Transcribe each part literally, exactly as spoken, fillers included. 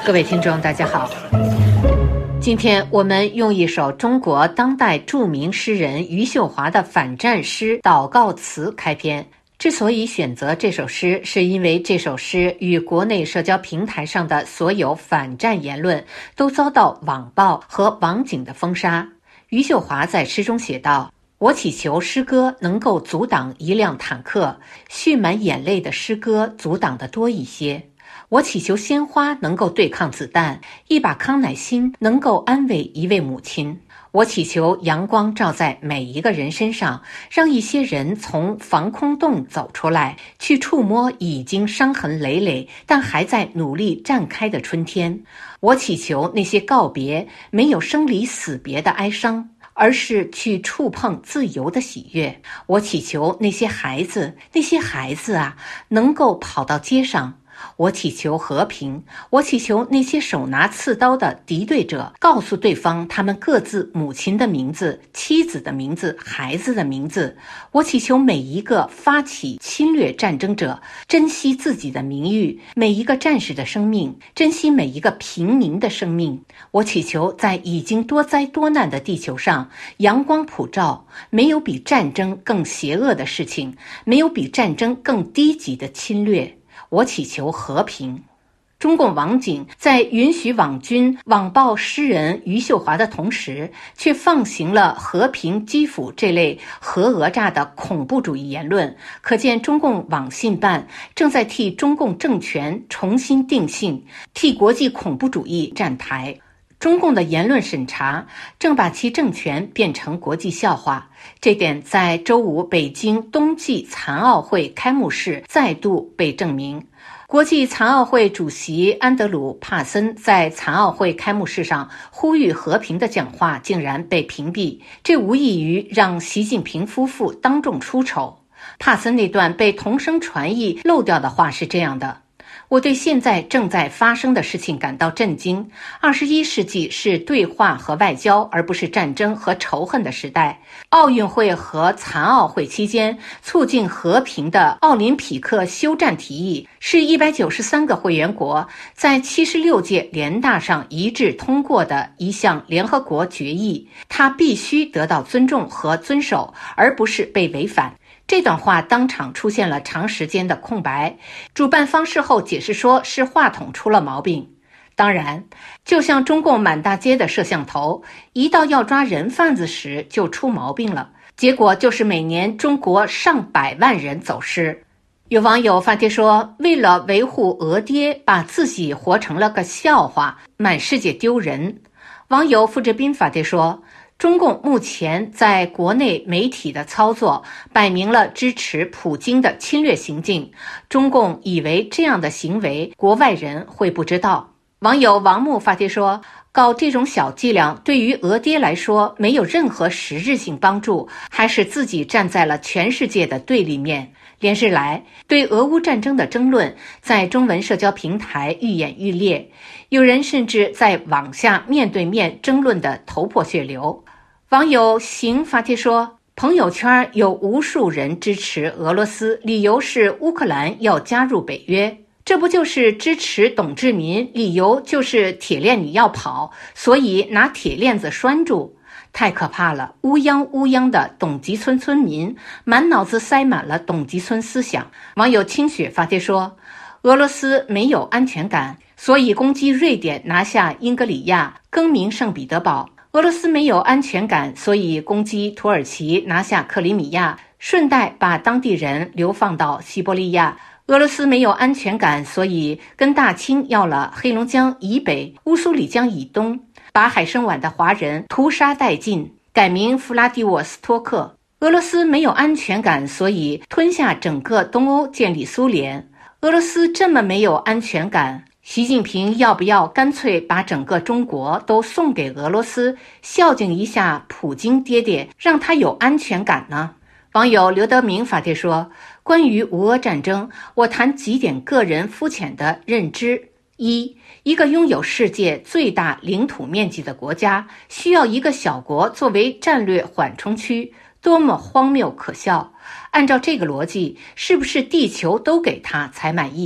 各位听众大家好，今天我们用一首中国当代著名诗人余秀华的反战诗《祷告词》开篇。之所以选择这首诗，是因为这首诗与国内社交平台上的所有反战言论都遭到网暴和网警的封杀。余秀华在诗中写道：我祈求诗歌能够阻挡一辆坦克，蓄满眼泪的诗歌阻挡得多一些。我祈求鲜花能够对抗子弹，一把康乃馨能够安慰一位母亲。我祈求阳光照在每一个人身上，让一些人从防空洞走出来，去触摸已经伤痕累累但还在努力绽开的春天。我祈求那些告别没有生离死别的哀伤，而是去触碰自由的喜悦。我祈求那些孩子，那些孩子啊，能够跑到街上。我祈求和平，我祈求那些手拿刺刀的敌对者告诉对方他们各自母亲的名字、妻子的名字、孩子的名字。我祈求每一个发起侵略战争者珍惜自己的名誉，每一个战士的生命，珍惜每一个平民的生命。我祈求在已经多灾多难的地球上，阳光普照，没有比战争更邪恶的事情，没有比战争更低级的侵略。我祈求和平。中共网警在允许网军网暴诗人余秀华的同时，却放行了和平基辅这类核讹诈的恐怖主义言论，可见中共网信办正在替中共政权重新定性，替国际恐怖主义站台。中共的言论审查正把其政权变成国际笑话，这点在周五北京冬季残奥会开幕式再度被证明。国际残奥会主席安德鲁·帕森在残奥会开幕式上呼吁和平的讲话竟然被屏蔽，这无异于让习近平夫妇当众出丑。帕森那段被同声传译漏掉的话是这样的：我对现在正在发生的事情感到震惊。二十一世纪是对话和外交，而不是战争和仇恨的时代。奥运会和残奥会期间促进和平的奥林匹克休战提议，是一百九十三个会员国在七十六届联大上一致通过的一项联合国决议，它必须得到尊重和遵守，而不是被违反。这段话当场出现了长时间的空白，主办方事后解释说是话筒出了毛病。当然，就像中共满大街的摄像头，一到要抓人贩子时就出毛病了，结果就是每年中国上百万人走失。有网友发帖说，为了维护俄爹，把自己活成了个笑话，满世界丢人。网友付志斌发帖说，中共目前在国内媒体的操作摆明了支持普京的侵略行径，中共以为这样的行为国外人会不知道。网友王木发帖说，搞这种小伎俩对于俄爹来说没有任何实质性帮助，还使自己站在了全世界的对立面。连日来，对俄乌战争的争论在中文社交平台愈演愈烈，有人甚至在网下面对面争论得头破血流。网友行发帖说，朋友圈有无数人支持俄罗斯，理由是乌克兰要加入北约。这不就是支持董志民，理由就是铁链你要跑，所以拿铁链子拴住。太可怕了，乌泱乌泱的董集村村民满脑子塞满了董集村思想。网友清雪发帖说，俄罗斯没有安全感，所以攻击瑞典拿下英格里亚，更名圣彼得堡。俄罗斯没有安全感，所以攻击土耳其拿下克里米亚，顺带把当地人流放到西伯利亚。俄罗斯没有安全感，所以跟大清要了黑龙江以北、乌苏里江以东，把海参崴的华人屠杀殆尽，改名弗拉迪沃斯托克。俄罗斯没有安全感，所以吞下整个东欧，建立苏联。俄罗斯这么没有安全感，习近平要不要干脆把整个中国都送给俄罗斯，孝敬一下普京爹爹，让他有安全感呢？网友刘德明发帖说，关于乌俄战争，我谈几点个人肤浅的认知。一，一个拥有世界最大领土面积的国家，需要一个小国作为战略缓冲区，多么荒谬可笑！按照这个逻辑，是不是地球都给他才满意？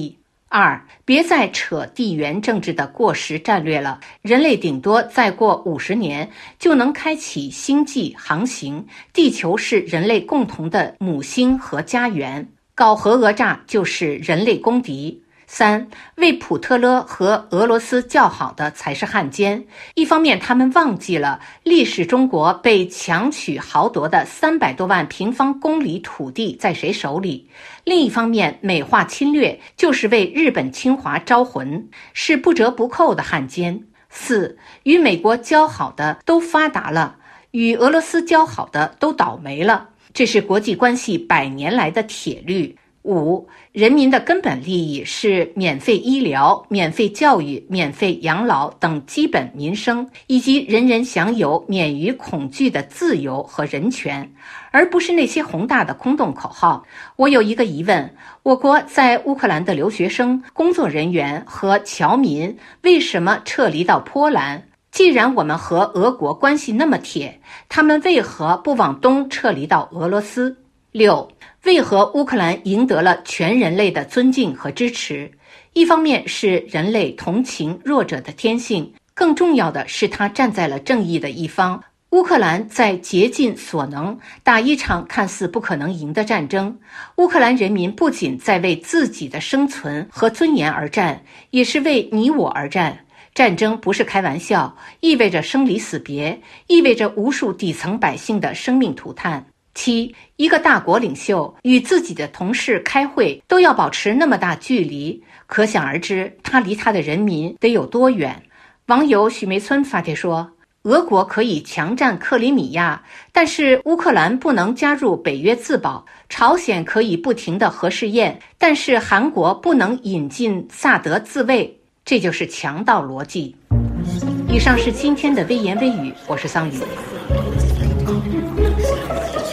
二，别再扯地缘政治的过时战略了，人类顶多再过五十年就能开启星际航行，地球是人类共同的母星和家园，搞核讹诈就是人类公敌。三，为普特勒和俄罗斯叫好的才是汉奸。一方面，他们忘记了历史中国被强取豪夺的三百多万平方公里土地在谁手里；另一方面，美化侵略就是为日本侵华招魂，是不折不扣的汉奸。四，与美国交好的都发达了，与俄罗斯交好的都倒霉了，这是国际关系百年来的铁律。五，人民的根本利益是免费医疗、免费教育、免费养老等基本民生，以及人人享有免于恐惧的自由和人权，而不是那些宏大的空洞口号。我有一个疑问，我国在乌克兰的留学生、工作人员和侨民为什么撤离到波兰？既然我们和俄国关系那么铁，他们为何不往东撤离到俄罗斯？六，为何乌克兰赢得了全人类的尊敬和支持？一方面是人类同情弱者的天性，更重要的是他站在了正义的一方。乌克兰在竭尽所能打一场看似不可能赢的战争。乌克兰人民不仅在为自己的生存和尊严而战，也是为你我而战。战争不是开玩笑，意味着生离死别，意味着无数底层百姓的生命涂炭。七，一个大国领袖与自己的同事开会都要保持那么大距离，可想而知他离他的人民得有多远。网友许梅村发帖说，俄国可以强占克里米亚，但是乌克兰不能加入北约自保；朝鲜可以不停的核试验，但是韩国不能引进萨德自卫，这就是强盗逻辑。以上是今天的微言微语，我是桑榆。